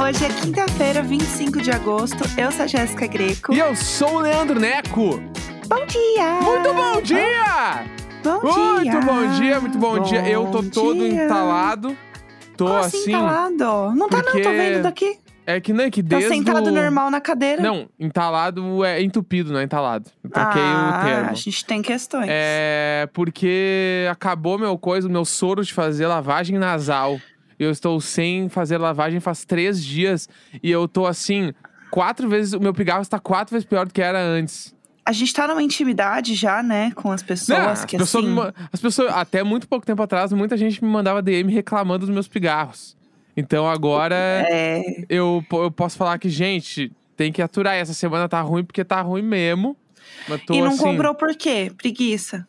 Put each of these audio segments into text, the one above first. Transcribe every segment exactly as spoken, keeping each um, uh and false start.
Hoje é quinta-feira, vinte e cinco de agosto. Eu sou a Jéssica Greco. E eu sou o Leandro Neco. Bom dia! Muito bom dia! Bom muito dia! bom dia, muito bom, Bom dia. Eu tô todo dia. entalado. Tô Como assim. assim, entalado? Não tá porque não, tô vendo daqui. É que, né, que Tá desde sentado o... normal na cadeira. Não, entalado é entupido, não é entalado. Eu troquei ah, o termo. a gente tem questões. É porque acabou meu coisa, meu soro de fazer lavagem nasal. Eu estou sem fazer lavagem faz três dias. E eu tô assim, quatro vezes... O meu pigarro está quatro vezes pior do que era antes. A gente tá numa intimidade já, né, com as pessoas Não, as que pessoas assim... me ma- as pessoas, até muito pouco tempo atrás, muita gente me mandava D M reclamando dos meus pigarros. Então agora É... eu, po- eu posso falar que, gente, tem que aturar. Essa semana tá ruim porque tá ruim mesmo. Mas tô E não assim, comprou por quê? Preguiça.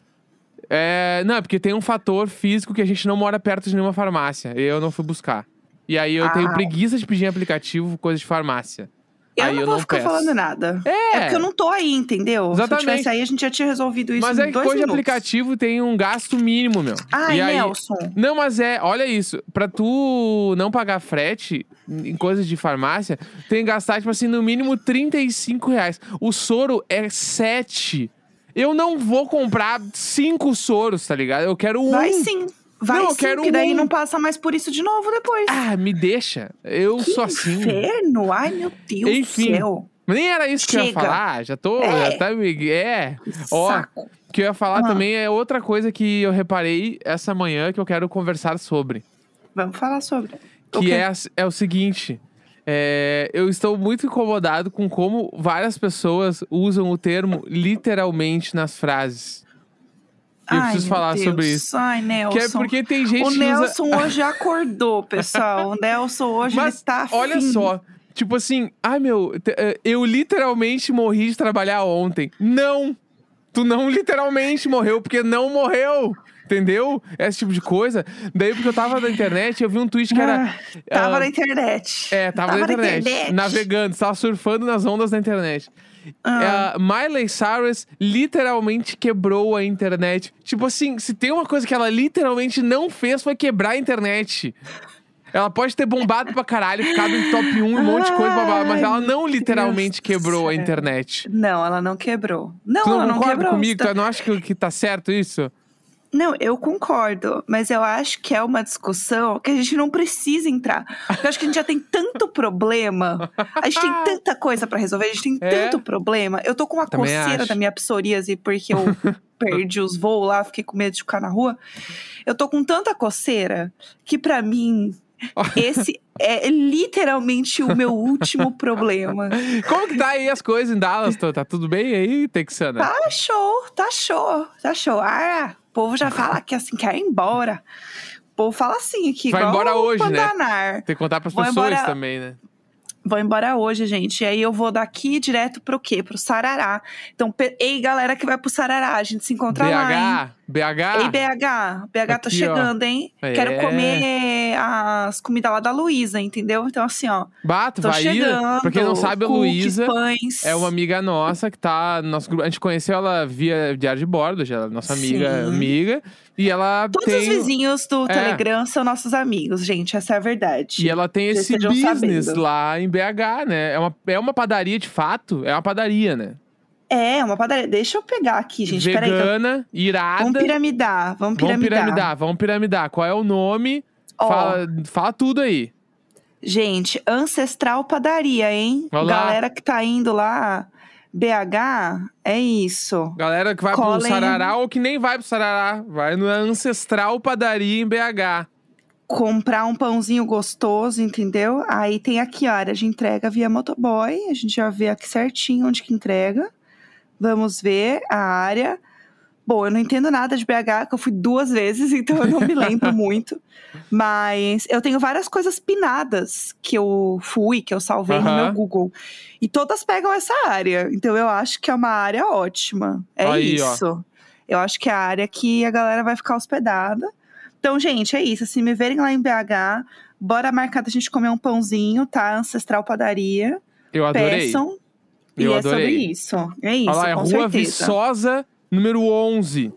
É, não, é porque tem um fator físico que a gente não mora perto de nenhuma farmácia. E eu não fui buscar. E aí eu tenho Ah. preguiça de pedir em aplicativo coisa de farmácia. Eu aí não eu vou não ficar peço. falando nada. É. porque eu não tô aí, entendeu? Se eu Exatamente. tivesse aí, a gente já tinha resolvido isso Mas em é que dois coisa de minutos. aplicativo tem um gasto mínimo, meu. Ai, e aí... Nelson. Não, mas é, olha isso. Pra tu não pagar frete em coisas de farmácia, tem que gastar, tipo assim, no mínimo trinta e cinco reais. O soro é sete. Eu não vou comprar cinco soros, tá ligado? Eu quero um. Vai sim. Vai Não, eu sim, quero porque daí um. não passa mais por isso de novo depois. Ah, me deixa. Eu que sou assim. inferno. Ai, meu Deus Enfim. do céu. Mas nem era isso que eu ia Chega. falar. Já tô. É. Já tá me. É. Que Ó, saco. o que eu ia falar Ah. também é outra coisa que eu reparei essa manhã que eu quero conversar sobre. Vamos falar sobre. Que O quê? é, as- é o seguinte. É, eu estou muito incomodado com como várias pessoas usam o termo literalmente nas frases. E eu Ai, preciso meu falar Deus. sobre isso. Ai, Nelson. Que é porque tem gente O que Nelson usa... hoje acordou, pessoal. O Nelson hoje Mas ele tá olha afim. só. Tipo assim, ai meu, te- eh, eu literalmente morri de trabalhar ontem. Não! Tu não literalmente morreu, porque não morreu! Entendeu? Esse tipo de coisa. Daí, porque eu tava na internet, eu vi um tweet que era... Ah, tava ah, na internet. É, tava, na, internet, navegando, tava surfando nas ondas da internet. Ah. É, Miley Cyrus literalmente quebrou a internet. Tipo assim, se tem uma coisa que ela literalmente não fez foi quebrar a internet. Ela pode ter bombado pra caralho, ficado em top um, um monte de coisa, blá, blá, mas Ai, ela não meu literalmente Deus do quebrou a céu. internet. Não, ela não quebrou. Não, Tu não ela não concorda quebrou. comigo? Você tá- Tu não acha que, que tá certo isso? Não, eu concordo, mas eu acho que é uma discussão que a gente não precisa entrar. Porque eu acho que a gente já tem tanto problema, a gente tem tanta coisa pra resolver, a gente tem É. tanto problema. Eu tô com uma Também coceira acho. da minha psoríase porque eu perdi os voos lá, fiquei com medo de ficar na rua. Eu tô com tanta coceira que pra mim esse é literalmente o meu último problema. Como que tá aí as coisas em Dallas? Tá tá tudo bem aí, Texana? Tá show, tá show, tá show. Ah, o povo já fala que assim, quer ir embora. O povo fala assim aqui, Vai igual embora o hoje, né? Pandanar. Tem que contar pras Vou pessoas embora- também, né? Vou embora hoje, gente. E aí eu vou daqui direto pro quê? Pro Sarará. Então, pe- ei, galera que vai pro Sarará, a gente se encontra lá, hein? B H? B H? Ei, B H. B H tá Aqui, ó. chegando, hein? É. Quero comer as comidas lá da Luísa, entendeu? Então, assim, ó. Bato, Tô vai ir. chegando. Pra quem não sabe, a cookies, Luísa pães. é uma amiga nossa que tá no nosso grupo. A gente conheceu ela via diário de bordo, já é nossa amiga, Sim. amiga. E ela Todos tem... os vizinhos do É. Telegram são nossos amigos, gente. Essa é a verdade. E ela tem Vocês esse estejam business sabendo. lá em B H, né? É uma, é uma padaria de fato, é uma padaria, né? É, uma padaria. Deixa eu pegar aqui, gente. Peraí. que eu- Vegana, irada. Vamos piramidar. Vamos Vamos piramidar. piramidar, vamos piramidar. Qual é o nome? Ó. Fala, fala tudo aí. Gente, Ancestral Padaria, hein? Olá. Galera que tá indo lá, B H, é isso. Galera que vai Colhem. pro Sarará ou que nem vai pro Sarará. Vai no Ancestral Padaria em B H. Comprar um pãozinho gostoso, entendeu? Aí tem aqui a área de entrega via motoboy. A gente já vê aqui certinho onde que entrega. Vamos ver a área. Bom, eu não entendo nada de B H, que eu fui duas vezes, então eu não me lembro muito. Mas eu tenho várias coisas pinadas que eu fui, que eu salvei no Aham. meu Google. E todas pegam essa área. Então eu acho que é uma área ótima. É Aí, ó. isso. Eu acho que é a área que a galera vai ficar hospedada. Então, gente, é isso. Se me verem lá em B H, bora marcar da gente comer um pãozinho, tá? Ancestral Padaria. Eu adorei. Peçam. Eu e é adorei. sobre isso. É isso, Olha lá, é com Rua certeza. Viçosa, número onze.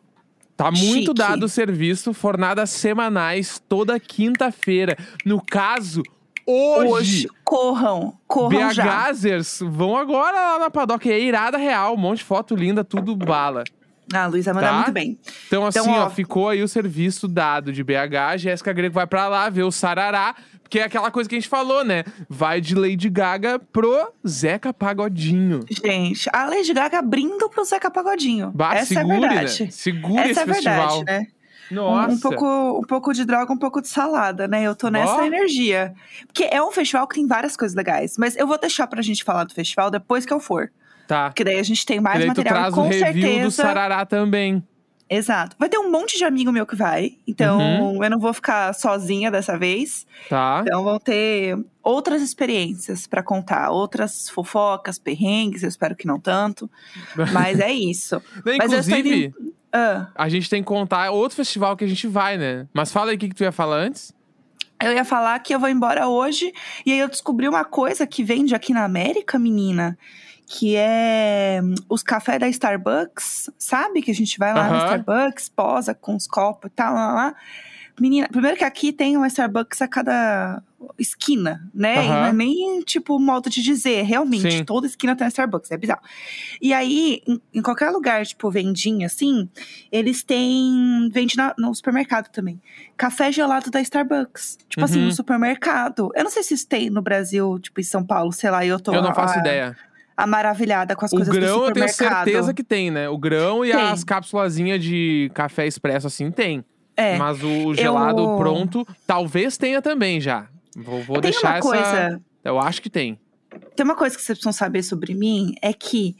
Tá muito Chique. dado o serviço, fornadas semanais, toda quinta-feira. No caso, hoje. Hoje. Corram. Corram já. BHzers vão agora lá na padoca. É irada real. Um monte de foto linda, tudo bala. Ah, a Luísa manda Tá? muito bem. Então, assim, Então, ó, ó. ficou aí o serviço dado de B H. Jéssica Greco vai pra lá ver o Sarará. Porque é aquela coisa que a gente falou, né? Vai de Lady Gaga pro Zeca Pagodinho. Gente, a Lady Gaga abrindo pro Zeca Pagodinho. Bah, Essa segure, é a verdade. né? Segure Essa esse é a verdade, festival. né? Nossa. Um, um, pouco, um pouco de droga, um pouco de salada, né? Eu tô nessa Ó. energia. Porque é um festival que tem várias coisas legais. Mas eu vou deixar pra gente falar do festival depois que eu for. Tá. Porque daí a gente tem mais E daí tu material. traz e com o review certeza... do Sarará também. Exato. Vai ter um monte de amigo meu que vai. Então, Uhum. eu não vou ficar sozinha dessa vez. Tá. Então, vão ter outras experiências pra contar. Outras fofocas, perrengues. Eu espero que não tanto. Mas é isso. Não, Mas eu estou inclusive, indo- Ah, a gente tem que contar outro festival que a gente vai, né? Mas fala aí o que, que tu ia falar antes. eu ia falar que eu vou embora hoje. E aí eu descobri uma coisa que vende aqui na América, menina. Que é hum, os cafés da Starbucks. Sabe? Que a gente vai lá no Aham. Starbucks, posa com os copos e tal, lá, lá. Menina, primeiro que aqui tem uma Starbucks a cada esquina, né? E não é Aham. nem, tipo, modo de dizer. Realmente, Sim. toda esquina tem uma Starbucks. É bizarro. E aí, em, em qualquer lugar, tipo, vendinha, assim, eles têm... Vende na- no supermercado também. Café gelado da Starbucks. Tipo assim, Uhum. no supermercado. Eu não sei se isso tem no Brasil, tipo, em São Paulo, sei lá. E eu tô Eu não faço a, ideia. a maravilhada com as O coisas do grão eu tenho supermercado. certeza que tem, né? O grão e Tem. as cápsulazinhas de café expresso, assim, tem. É. Mas o gelado Eu- pronto, talvez tenha também já. Vou, vou Tem deixar uma essa... coisa... Eu acho que tem. Tem uma coisa que vocês precisam saber sobre mim, é que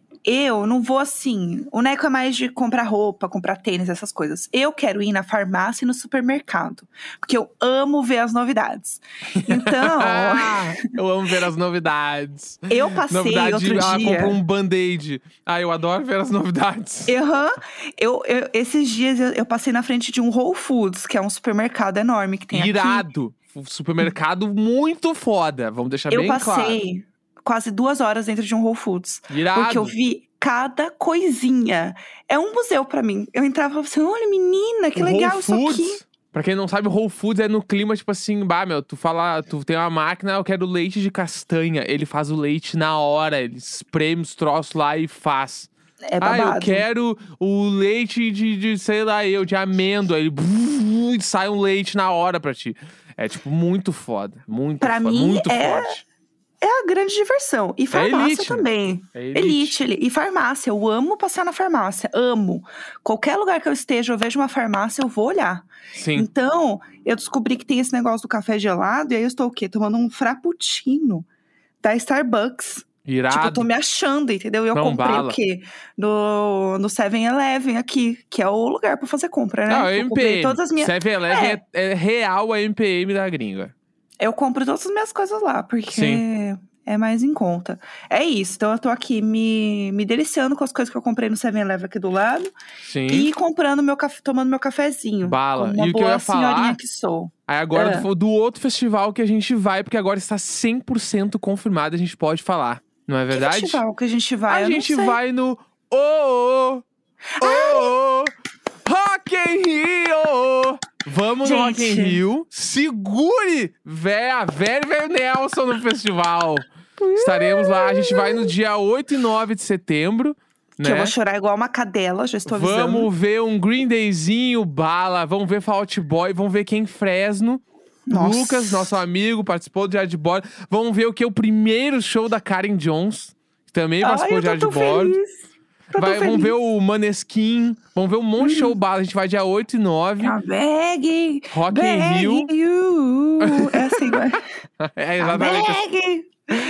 eu não vou assim. O Neco é mais de comprar roupa, comprar tênis, essas coisas. Eu quero ir na farmácia e no supermercado. Porque eu amo ver as novidades. Então, Ah, eu amo ver as novidades. eu passei Novidade, outro ela dia. comprou um band-aid. Ah, eu adoro ver as novidades. Aham. Eu, eu- esses dias eu, eu passei na frente de um Whole Foods, que é um supermercado enorme que tem aqui. Irado. Supermercado muito foda. Vamos deixar Eu bem claro. passei quase duas horas dentro de um Whole Foods. Irado. Porque eu vi cada coisinha. É um museu pra mim. Eu entrava e falava assim, olha menina, que O legal Whole isso aqui. Foods, pra quem não sabe, Whole Foods é no clima, tipo assim, bah, meu, tu fala, tu tem uma máquina, eu quero leite de castanha. Ele faz o leite na hora, ele espreme os troços lá e faz. É Ah, babado. eu quero o leite de, de, sei lá, eu, de amêndoa. Ele brrr, e sai um leite na hora pra ti. É, tipo, muito foda. Muito Pra foda, mim, muito é- forte. É a grande diversão. E farmácia elite, né? também. É elite. Elite. ele- E farmácia. Eu amo passar na farmácia. Amo. Qualquer lugar que eu esteja, eu vejo uma farmácia, eu vou olhar. Sim. Então, eu descobri que tem esse negócio do café gelado. E aí eu estou o quê? Tomando um frappuccino da Starbucks. Irado. Tipo, eu tô me achando, entendeu? E eu Não, comprei bala. o quê? No, no seven eleven aqui, que é o lugar pra fazer compra, né? Não, eu é comprei M P M. todas as minhas... seven eleven é. É, real a M P M da gringa. Eu compro todas as minhas coisas lá, porque Sim. é mais em conta. É isso, então eu tô aqui me, me deliciando com as coisas que eu comprei no seven eleven aqui do lado. Sim. E comprando meu café, tomando meu cafezinho. Bala. Como uma E o que eu boa ia falar- senhorinha que sou. Aí agora É. do, do outro festival que a gente vai, porque agora está cem por cento confirmado, a gente pode falar. Não é verdade? Que festival que a gente vai? A Eu não gente sei. vai no Ô Ô Ô Ô Rock in Rio! Vamos no Rock in Gente. Rio. Segure véia, velho, velho Nelson no festival. Estaremos lá. A gente vai no dia oito e nove de setembro. Que Né? eu vou chorar igual uma cadela, já estou avisando. Vamos ver um Green Dayzinho, bala. Vamos ver Fall Out Boy. Vamos ver quem Fresno. Nossa. Lucas, nosso amigo, participou do Diário de Bordo. Vamos ver o que? O primeiro show da Karen Jones, que também Ai, participou eu do Diário tô de tão Bordo. feliz. Tô Vai, tão vamos feliz. ver o Maneskin. Vamos ver um monte de show bala. A gente vai dia oito e nove. A bag, Rock in bag Rio. you. É assim, vai. É exatamente assim. Bag,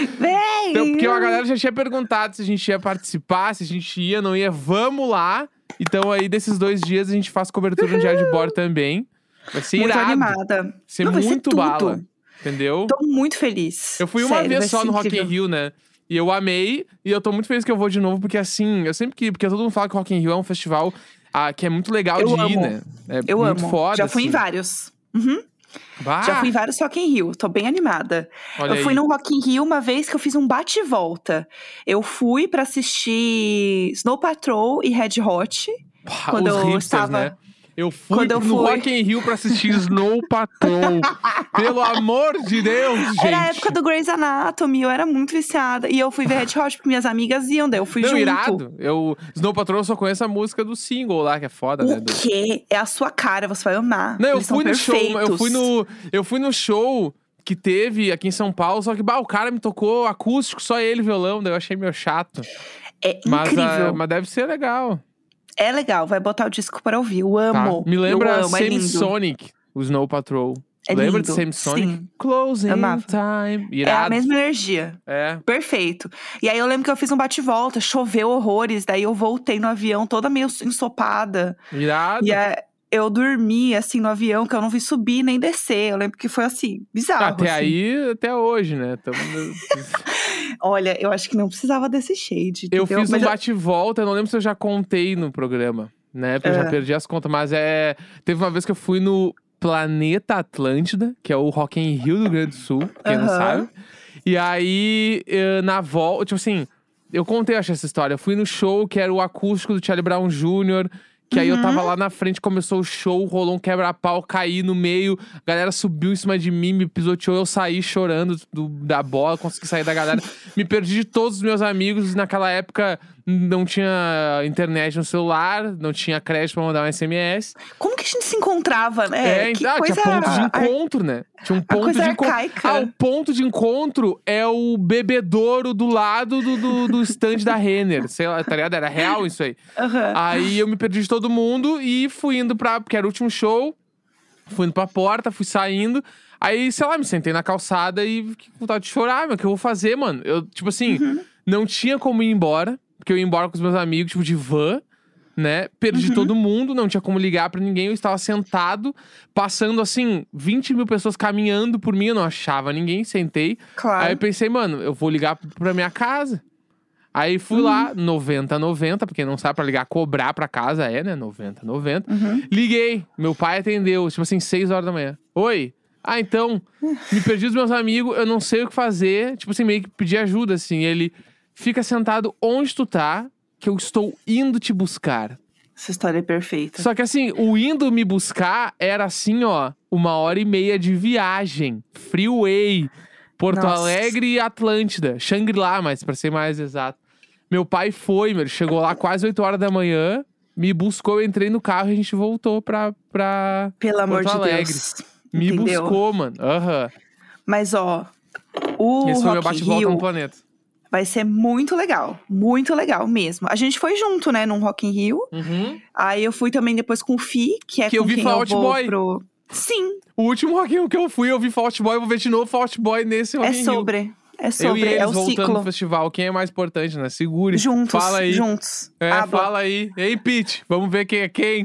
bag Então, porque a you. galera já tinha perguntado se a gente ia participar, se a gente ia, não ia. Vamos lá. Então aí, desses dois dias, a gente faz cobertura no Diário de Bordo também. Vai ser Muito irado. animada. Vai ser Não, vai ser muito tudo. bala. Entendeu? Tô muito feliz. Eu fui uma Sério, vai vez só ser no Rock in incrível. Rio, né? E eu amei. E eu tô muito feliz que eu vou de novo, porque assim, eu sempre que. Porque todo mundo fala que o Rock in Rio é um festival ah, que é muito legal Eu de ir, amo. né? É Eu muito amo. foda. Já fui em assim. vários. Uhum. Bah, Já fui em vários Rock in Rio. Tô bem animada. olha eu fui aí. num Rock in Rio uma vez que eu fiz um bate-volta. Eu fui pra assistir Snow Patrol e Red Hot. Pá, quando os eu hipsters, estava- né? Eu fui Quando eu no fui. Rock in Rio pra assistir Snow Patrol. Pelo amor de Deus, gente. Era a época do Grey's Anatomy, eu era muito viciada. E eu fui ver Red Hot porque minhas amigas iam, daí eu fui Não, junto. irado. Eu, Snow Patrol, eu só conheço a música do single lá, que é foda, né? O Do... quê? É a sua cara, você vai amar. Não, eu Eles fui são no show, perfeitos. eu fui no, eu fui no show que teve aqui em São Paulo, só que, bah, o cara me tocou acústico, só ele violão, daí eu achei meio chato. É Mas, incrível. ah, mas deve ser legal. É legal, vai botar o disco para ouvir. Eu amo. Tá? Me lembra eu amo, é lindo. Semi-Sonic, o Snow Patrol. É Lembra de lindo, Semi-Sonic? sim. Closing Amava. time. É Irado. a mesma energia. É. Perfeito. E aí eu lembro que eu fiz um bate-volta, choveu horrores, daí eu voltei no avião toda meio ensopada. Irado. E é, eu dormi, assim, no avião, que eu não vi subir nem descer. Eu lembro que foi, assim, bizarro. Até assim. aí, até hoje, né? Tamo... Olha, eu acho que não precisava desse shade, eu entendeu? fiz Mas um eu- bate-volta, eu não lembro se eu já contei no programa, né? Porque eu já É. perdi as contas, mas é... Teve uma vez que eu fui no Planeta Atlântida, que é o Rock in Rio do Rio Grande do Sul, quem não Aham. sabe. E aí, eh, na volta, tipo assim, eu contei, acho, essa história. Eu fui no show que era o acústico do Charlie Brown Júnior Que aí eu tava lá na frente, começou o show, rolou um quebra-pau, caí no meio, a galera subiu em cima de mim, me pisoteou, eu saí chorando do- da bola, consegui sair da galera. Me perdi de todos os meus amigos, naquela época não tinha internet no celular, não tinha crédito pra mandar um S M S. Como que a gente se encontrava, né? É, que ah, coisa tinha ponto de ar- encontro, né? Tinha um ponto coisa de encontro. arcaica. Ah, o ponto de encontro é o bebedouro do lado do, do, do stand da Renner. Sei lá, tá ligado? Era real isso aí. Aham. Aí eu me perdi de todo mundo e fui indo pra... Porque era o último show. Fui indo pra porta, fui saindo. Aí, sei lá, me sentei na calçada e fiquei com vontade de chorar, meu. O que eu vou fazer, mano? Eu, tipo assim, não tinha como ir embora. Porque eu ia embora com os meus amigos, tipo, de van, né? Perdi todo mundo, não tinha como ligar pra ninguém. Eu estava sentado, passando, assim, vinte mil pessoas caminhando por mim. Eu não achava ninguém, sentei. Claro. Aí eu pensei, mano, eu vou ligar pra minha casa. Aí fui lá, noventa noventa, porque não sabe pra ligar, cobrar pra casa, é, né? noventa noventa. Liguei, meu pai atendeu, tipo assim, seis horas da manhã. Oi? Ah, então, me perdi dos meus amigos, eu não sei o que fazer. Tipo assim, meio que pedi ajuda, assim. Ele, fica sentado onde tu tá, que eu estou indo te buscar. Essa história é perfeita. Só que assim, o indo me buscar era assim, ó, uma hora e meia de viagem. Freeway. Porto Nossa. Alegre e Atlântida. Shangri-La, mas pra ser mais exato. Meu pai foi, meu, ele chegou lá quase oito horas da manhã, me buscou, eu entrei no carro e a gente voltou pra, pra Pelo amor Porto de Alegre. Deus. Me Entendeu? buscou, mano. Aham. Mas, ó, o Esse foi meu Rock in bate-volta no Rio planeta. vai ser muito legal. Muito legal mesmo. A gente foi junto, né, num Rock in Rio. Uhum. Aí eu fui também depois com o Fi, que é Que eu com vi quem Fall eu Out vou Boy. pro... Sim, O último Rock in Rio que eu fui, eu vi Fall Out Boy, eu vou ver de novo Fall Out Boy nesse Rock é in Rio. sobre. É Eu sobre, e eles é o voltando ciclo. no festival. Quem é mais importante, né? Segure. Juntos, Fala aí. juntos. É, Habla. fala aí. Ei, Pete, vamos ver quem é quem.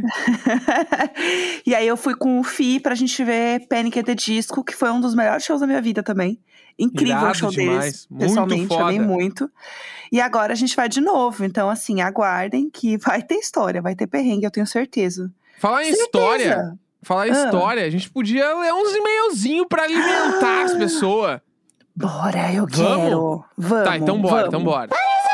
E aí eu fui com o Fi pra gente ver Panic! At the Disco, que foi um dos melhores shows da minha vida também. Incrível Irado o show demais. deles, Muito pessoalmente, amei foda. muito. E agora a gente vai de novo, então assim, aguardem que vai ter história, vai ter perrengue, eu tenho certeza. Falar em Certeza. história. Falar em Ah. história, a gente podia ler uns e-mailzinhos pra alimentar as pessoas. Bora, eu Vamos? quero. Vamos. Tá, então bora, vamos. então bora.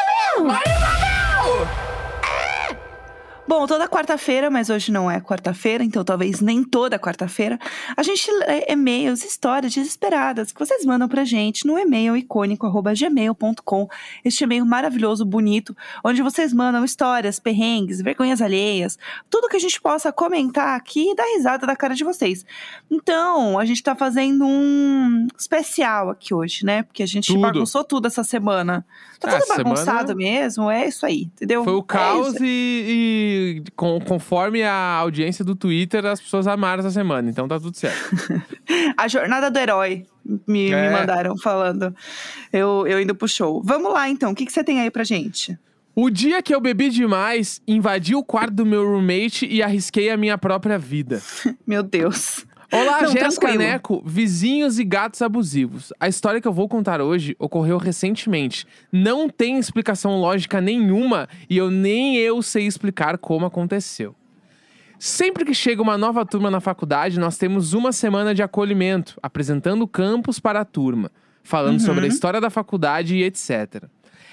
Bom, toda quarta-feira, mas hoje não é quarta-feira, então talvez nem toda quarta-feira, a gente lê e-mails, histórias desesperadas que vocês mandam pra gente no e-mail icônico arroba gmail ponto com. Este e-mail maravilhoso, bonito, onde vocês mandam histórias, perrengues, vergonhas alheias, tudo que a gente possa comentar aqui e dar risada da cara de vocês. Então, a gente tá fazendo um especial aqui hoje, né? Porque a gente Tudo. bagunçou tudo essa semana. Tá Ah, tudo essa bagunçado semana- mesmo, é isso aí, entendeu? Foi o É caos isso. e, e com- conforme a audiência do Twitter, as pessoas amaram essa semana. Então tá tudo certo. A jornada do herói, me, É. me mandaram falando. Eu, eu indo pro show. Vamos lá, então. O que, que você tem aí pra gente? O dia que eu bebi demais, invadi o quarto do meu roommate e arrisquei a minha própria vida. Meu Deus. Olá, Não, Jéssica tranquilo. Neco, vizinhos e gatos abusivos. A história que eu vou contar hoje ocorreu recentemente. Não tem explicação lógica nenhuma e eu nem eu sei explicar como aconteceu. Sempre que chega uma nova turma na faculdade, nós temos uma semana de acolhimento, apresentando o campus para a turma, falando Uhum. sobre a história da faculdade e etcétera.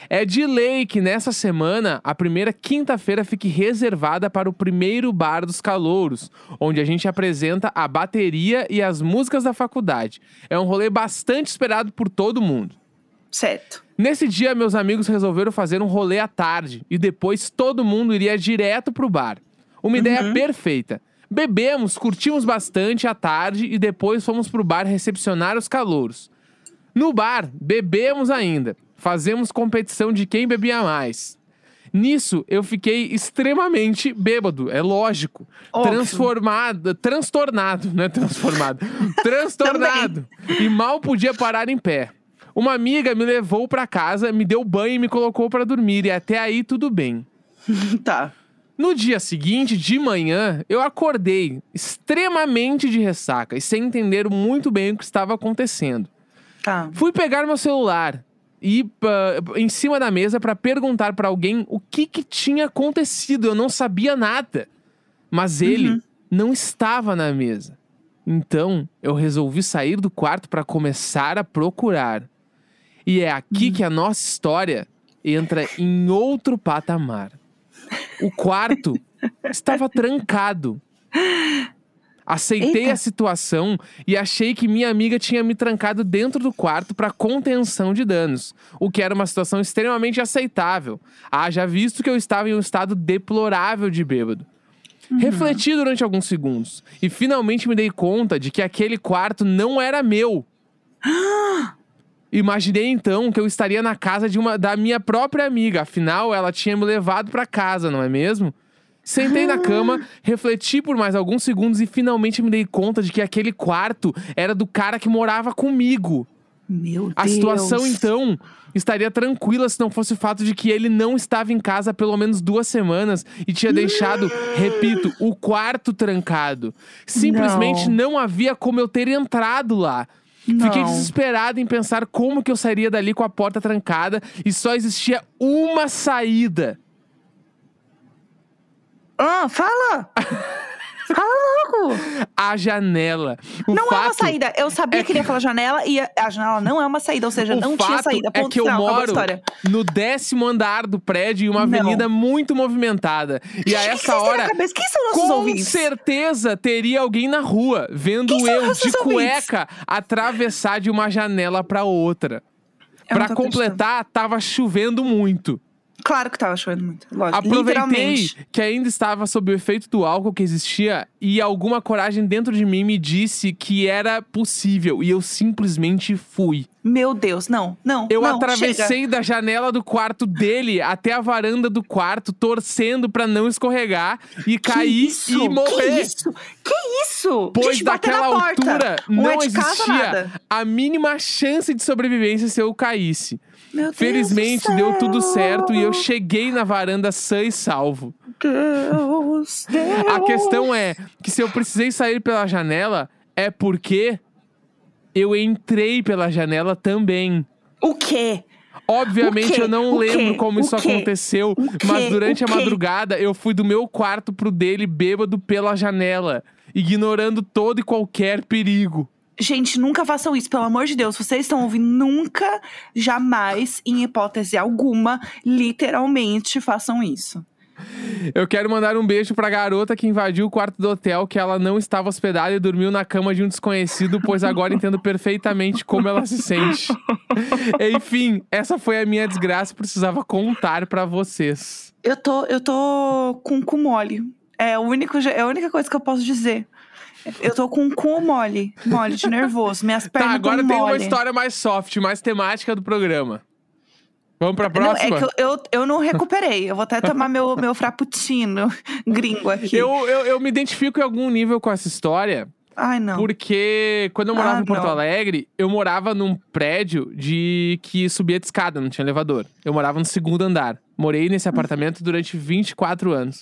É de lei que nessa semana, a primeira quinta-feira fique reservada para o primeiro bar dos calouros, onde a gente apresenta a bateria e as músicas da faculdade. É um rolê bastante esperado por todo mundo. Certo. Nesse dia, meus amigos resolveram fazer um rolê à tarde e depois todo mundo iria direto pro bar. Uma ideia Uhum. perfeita. Bebemos, curtimos bastante à tarde e depois fomos pro bar recepcionar os calouros. No bar, bebemos ainda. Fazemos competição de quem bebia mais. Nisso, eu fiquei extremamente bêbado, é lógico. Óbvio. Transformado, transtornado, não é transformado. Transtornado. E mal podia parar em pé. Uma amiga me levou pra casa, me deu banho e me colocou pra dormir. E até aí tudo bem. Tá. No dia seguinte, de manhã, eu acordei extremamente de ressaca e sem entender muito bem o que estava acontecendo. Tá. Fui pegar meu celular e uh, em cima da mesa pra perguntar pra alguém o que que tinha acontecido. Eu não sabia nada. Mas ele Uhum. não estava na mesa. Então, eu resolvi sair do quarto pra começar a procurar. E é aqui que a nossa história entra em outro patamar. O quarto estava trancado. Aceitei Eita. a situação e achei que minha amiga tinha me trancado dentro do quarto para contenção de danos, o que era uma situação extremamente aceitável. Haja visto que eu estava em um estado deplorável de bêbado. Uhum. Refleti durante alguns segundos e finalmente me dei conta de que aquele quarto não era meu. Imaginei então que eu estaria na casa de uma, da minha própria amiga. Afinal, ela tinha me levado pra casa, não é mesmo? Sentei na cama, refleti por mais alguns segundos e finalmente me dei conta de que aquele quarto era do cara que morava comigo. Meu A Deus. situação, então, estaria tranquila se não fosse o fato de que ele não estava em casa há pelo menos duas semanas e tinha deixado, repito, o quarto trancado. Simplesmente Não. não havia como eu ter entrado lá. Fiquei Não. desesperado em pensar como que eu sairia dali com a porta trancada e só existia uma saída. Ah, fala! Fala logo! A janela. O Não é uma fato saída. Eu sabia é que ele ia falar janela e a, a janela não é uma saída. Ou seja, O não tinha fato saída. é Ponto que eu final, acabou a moro história. no décimo andar do prédio em uma Não. avenida muito movimentada. E a Gente, o que essa vocês têm na hora, cabeça? Quem são nossos com ouvintes? certeza, teria alguém na rua vendo Quem são eu nossos de ouvintes? cueca atravessar de uma janela pra outra. Eu não Pra tô completar, tava chovendo muito. Claro que tava chovendo muito. Lógico. Aproveitei Literalmente. que ainda estava sob o efeito do álcool que existia e alguma coragem dentro de mim me disse que era possível e eu simplesmente fui. Meu Deus, não, não. Eu não, atravessei chega. da janela do quarto dele até a varanda do quarto, torcendo pra não escorregar e Que cair isso? e morrer. Que isso? Que isso? Pois Gente, bater daquela na porta. altura Não não é de casa, existia nada. a mínima chance de sobrevivência se eu caísse. Meu Deus Felizmente do deu tudo céu. certo e eu cheguei na varanda sã e salvo. Deus, Deus. A questão é que se eu precisei sair pela janela, é porque eu entrei pela janela também. O quê? Obviamente O quê? eu não O lembro quê? como O isso quê? aconteceu, O quê? mas durante O a quê? madrugada eu fui do meu quarto pro dele bêbado pela janela, ignorando todo e qualquer perigo. Gente, nunca façam isso, pelo amor de Deus. Vocês estão ouvindo, nunca, jamais, em hipótese alguma, literalmente façam isso. Eu quero mandar um beijo pra garota que invadiu o quarto do hotel, que ela não estava hospedada e dormiu na cama de um desconhecido, pois agora entendo perfeitamente como ela se sente. Enfim, essa foi a minha desgraça e precisava contar pra vocês. Eu tô, eu tô com o cu mole. É, o único, je- é a única coisa que eu posso dizer. Eu tô com o cu mole. Mole de nervoso. Minhas pernas Tá, agora tão tem uma mole. história mais soft, mais temática do programa. Vamos pra Não, próxima? é que eu, eu, eu não recuperei. Eu vou até tomar meu, meu frappuccino gringo aqui. Eu, eu, eu me identifico em algum nível com essa história, Ai, não. porque quando eu morava Ah, em Porto não. Alegre, eu morava num prédio de que subia de escada, não tinha elevador. Eu morava no segundo andar. Morei nesse apartamento durante vinte e quatro anos.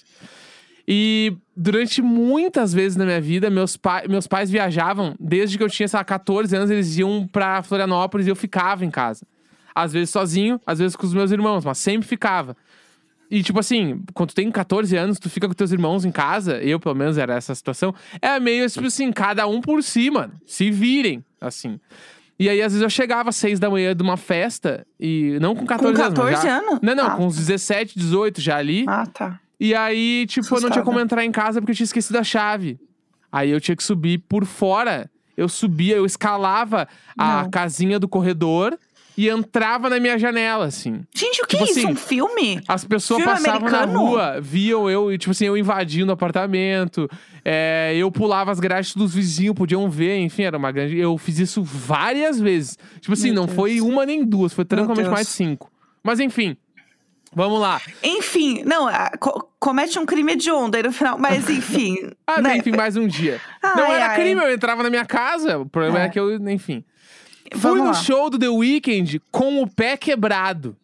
E durante muitas vezes na minha vida, meus, pa meus pais viajavam, desde que eu tinha, sei lá, catorze anos, eles iam pra Florianópolis e eu ficava em casa. Às vezes sozinho, às vezes com os meus irmãos, mas sempre ficava. E tipo assim, quando tu tem catorze anos, tu fica com teus irmãos em casa, eu pelo menos era essa situação, é meio tipo assim, cada um por si, mano. Se virem, assim. E aí, às vezes, eu chegava às seis da manhã de uma festa, e não com catorze, Com anos. mas catorze já... anos? Não, não, Ah. com uns dezessete, dezoito já ali. Ah, tá. E aí, tipo, eu não tinha Assustada. como entrar em casa porque eu tinha esquecido a chave. Aí eu tinha que subir por fora. Eu subia, eu escalava a Não. casinha do corredor e entrava na minha janela, assim. Gente, o que Tipo é isso? assim, Um filme? As pessoas Filme passavam americano? na rua, viam eu, e, tipo assim, eu invadindo o apartamento. É, eu pulava as grades dos vizinhos, podiam ver, enfim, era uma grande. Eu fiz isso várias vezes. Tipo assim, Meu não Deus. foi uma nem duas, foi tranquilamente Deus. mais de cinco. Mas enfim, vamos lá. Enfim, não, a- co- comete um crime hediondo aí no final, mas enfim. Ah, né? enfim, mais um dia. Ai, não era ai. crime, eu entrava na minha casa. O problema É. é que eu, enfim. Fui Vamos no lá. show do The Weeknd com o pé quebrado.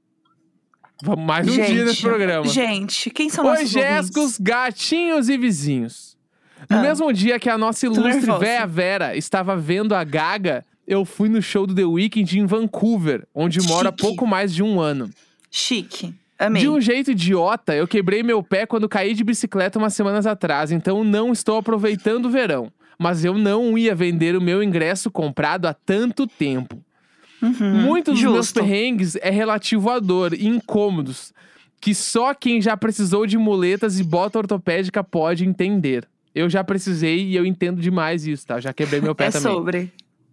Vamos mais um gente, dia nesse programa. Gente, quem são Oi, nossos Jéssicos, ouvintes? gatinhos e vizinhos. No Ah. mesmo dia que a nossa ilustre nervosa. véia Vera estava vendo a Gaga, eu fui no show do The Weeknd em Vancouver, onde moro há Chique. pouco mais de um ano. Chique. Amei. De um jeito idiota, eu quebrei meu pé quando caí de bicicleta umas semanas atrás, então não estou aproveitando o verão. Mas eu não ia vender o meu ingresso comprado há tanto tempo. Uhum, Muitos dos meus justo. perrengues é relativo à dor e incômodos, que só quem já precisou de muletas e bota ortopédica pode entender. Eu já precisei e eu entendo demais isso, tá? Já quebrei meu pé É também. sobre.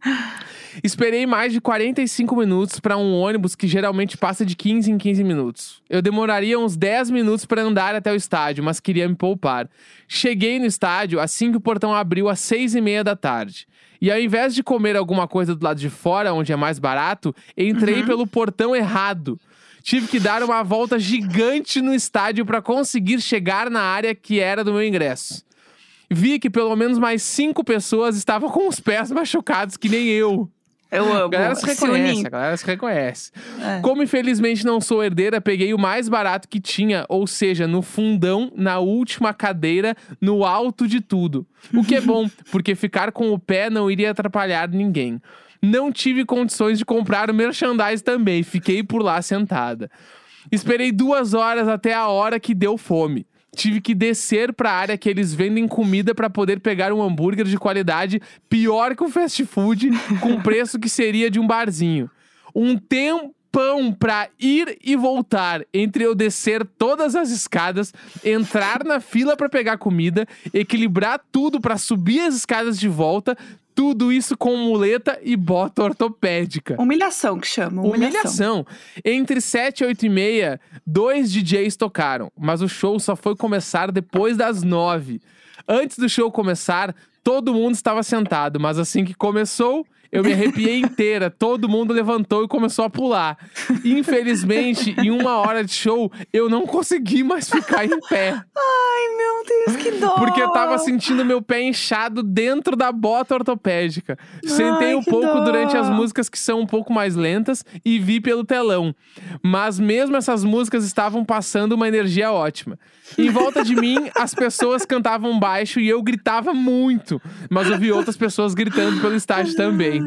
Esperei mais de quarenta e cinco minutos pra um ônibus que geralmente passa de quinze em quinze minutos. Eu demoraria uns dez minutos pra andar até o estádio, mas queria me poupar. Cheguei no estádio assim que o portão abriu às seis e meia da tarde. E ao invés de comer alguma coisa do lado de fora, onde é mais barato, entrei Uhum. pelo portão errado. Tive que dar uma volta gigante no estádio pra conseguir chegar na área que era do meu ingresso. Vi que pelo menos mais cinco pessoas estavam com os pés machucados, que nem eu. Eu amo. A galera se Se reconhece, unir. a galera se reconhece. É. Como infelizmente não sou herdeira, peguei o mais barato que tinha, ou seja, no fundão, na última cadeira, no alto de tudo. O que é bom, porque ficar com o pé não iria atrapalhar ninguém. Não tive condições de comprar o merchandise também, fiquei por lá sentada. Esperei duas horas até a hora que deu fome. Tive que descer pra área que eles vendem comida pra poder pegar um hambúrguer de qualidade pior que um fast food, com preço que seria de um barzinho. Um tempão pra ir e voltar, entre eu descer todas as escadas, entrar na fila pra pegar comida, equilibrar tudo pra subir as escadas de volta, tudo isso com muleta e bota ortopédica. Humilhação que chama. Humilhação. Humilhação. Entre sete e oito e meia, dois D Js tocaram, mas o show só foi começar depois das nove. Antes do show começar, todo mundo estava sentado, mas assim que começou, eu me arrepiei inteira. Todo mundo levantou e começou a pular. Infelizmente, em uma hora de show, eu não consegui mais ficar em pé. Ai, meu Deus, que dó. Porque eu tava sentindo meu pé inchado dentro da bota ortopédica. Sentei Ai, um que pouco dó. durante as músicas que são um pouco mais lentas e vi pelo telão. Mas mesmo essas músicas estavam passando uma energia ótima. Em volta de mim, as pessoas cantavam baixo e eu gritava muito. Mas eu vi outras pessoas gritando pelo estádio também.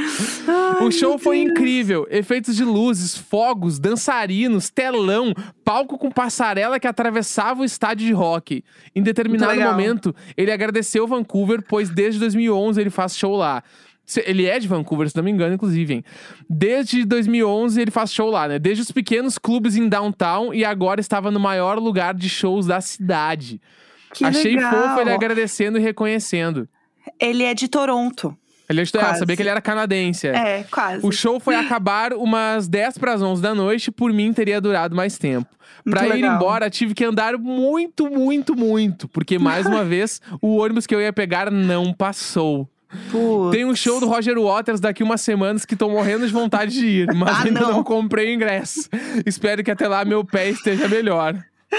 Ai, O show meu foi Deus. incrível. Efeitos de luzes, fogos, dançarinos, telão, palco com passarela que atravessava o estádio de hóquei. Em determinado Muito legal. momento, ele agradeceu Vancouver, pois desde dois mil e onze ele faz show lá. Se- Ele é de Vancouver, se não me engano, inclusive, hein? Desde dois mil e onze ele faz show lá, né? Desde os pequenos clubes em downtown e agora estava no maior lugar de shows da cidade. Que Achei legal. fofo ele agradecendo e reconhecendo. Ele é de Toronto. Ele é de... é, eu Quase. sabia que ele era canadense. é. É, quase. O show foi acabar umas dez para as onze da noite, por mim teria durado mais tempo. Pra Muito ir legal. embora, tive que andar muito, muito, muito. Porque, mais uma vez, o ônibus que eu ia pegar não passou. Putz. Tem um show do Roger Waters daqui umas semanas que tô morrendo de vontade de ir. Mas Ah, ainda não. não comprei o ingresso. Espero que até lá meu pé esteja melhor.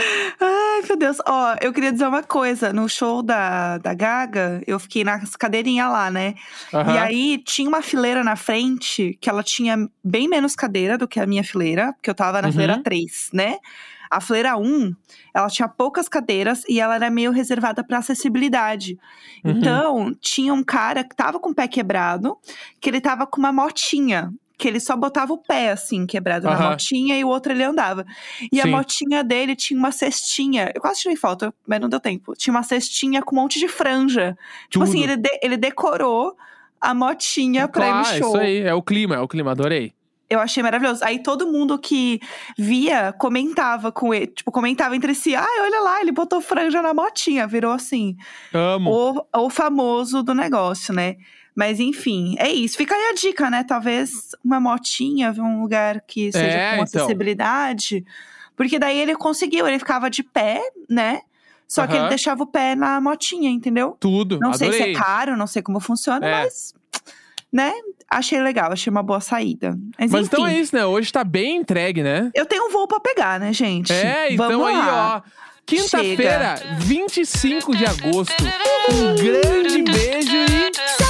Ai, meu Deus. Ó, eu queria dizer uma coisa. No show da, da Gaga, eu fiquei nas cadeirinhas lá, né? Aham. E aí, tinha uma fileira na frente, que ela tinha bem menos cadeira do que a minha fileira. Porque eu tava na Uhum. fileira três, né? A fileira um, ela tinha poucas cadeiras e ela era meio reservada pra acessibilidade. Uhum. Então, tinha um cara que tava com o pé quebrado, que ele tava com uma motinha. Que ele só botava o pé, assim, quebrado na Aham. motinha e o outro ele andava. E a Sim. motinha dele tinha uma cestinha. Eu quase tirei foto, mas não deu tempo. Tinha uma cestinha com um monte de franja. Tipo Tudo. assim, ele, de- ele decorou a motinha pra ir no Claro, show. isso aí. É o clima, é o clima. Adorei. Eu achei maravilhoso. Aí todo mundo que via comentava com ele. Tipo, comentava entre si. Ai, olha lá, ele botou franja na motinha. Virou assim, Amo. o, o famoso do negócio, né? Mas enfim, é isso. Fica aí a dica, né? Talvez uma motinha, um lugar que seja É, com então. acessibilidade. Porque daí ele conseguiu, ele ficava de pé, né? Só que ele Aham. deixava o pé na motinha, entendeu? Tudo. Não sei Adorei. se é caro, não sei como funciona, É. mas, né? Achei legal, achei uma boa saída. Mas, Mas enfim, então é isso, né? Hoje tá bem entregue, né? eu tenho um voo pra pegar, né, gente? É, então Vamos aí, lá. ó. Quinta-feira, vinte e cinco de agosto. Um grande beijo e...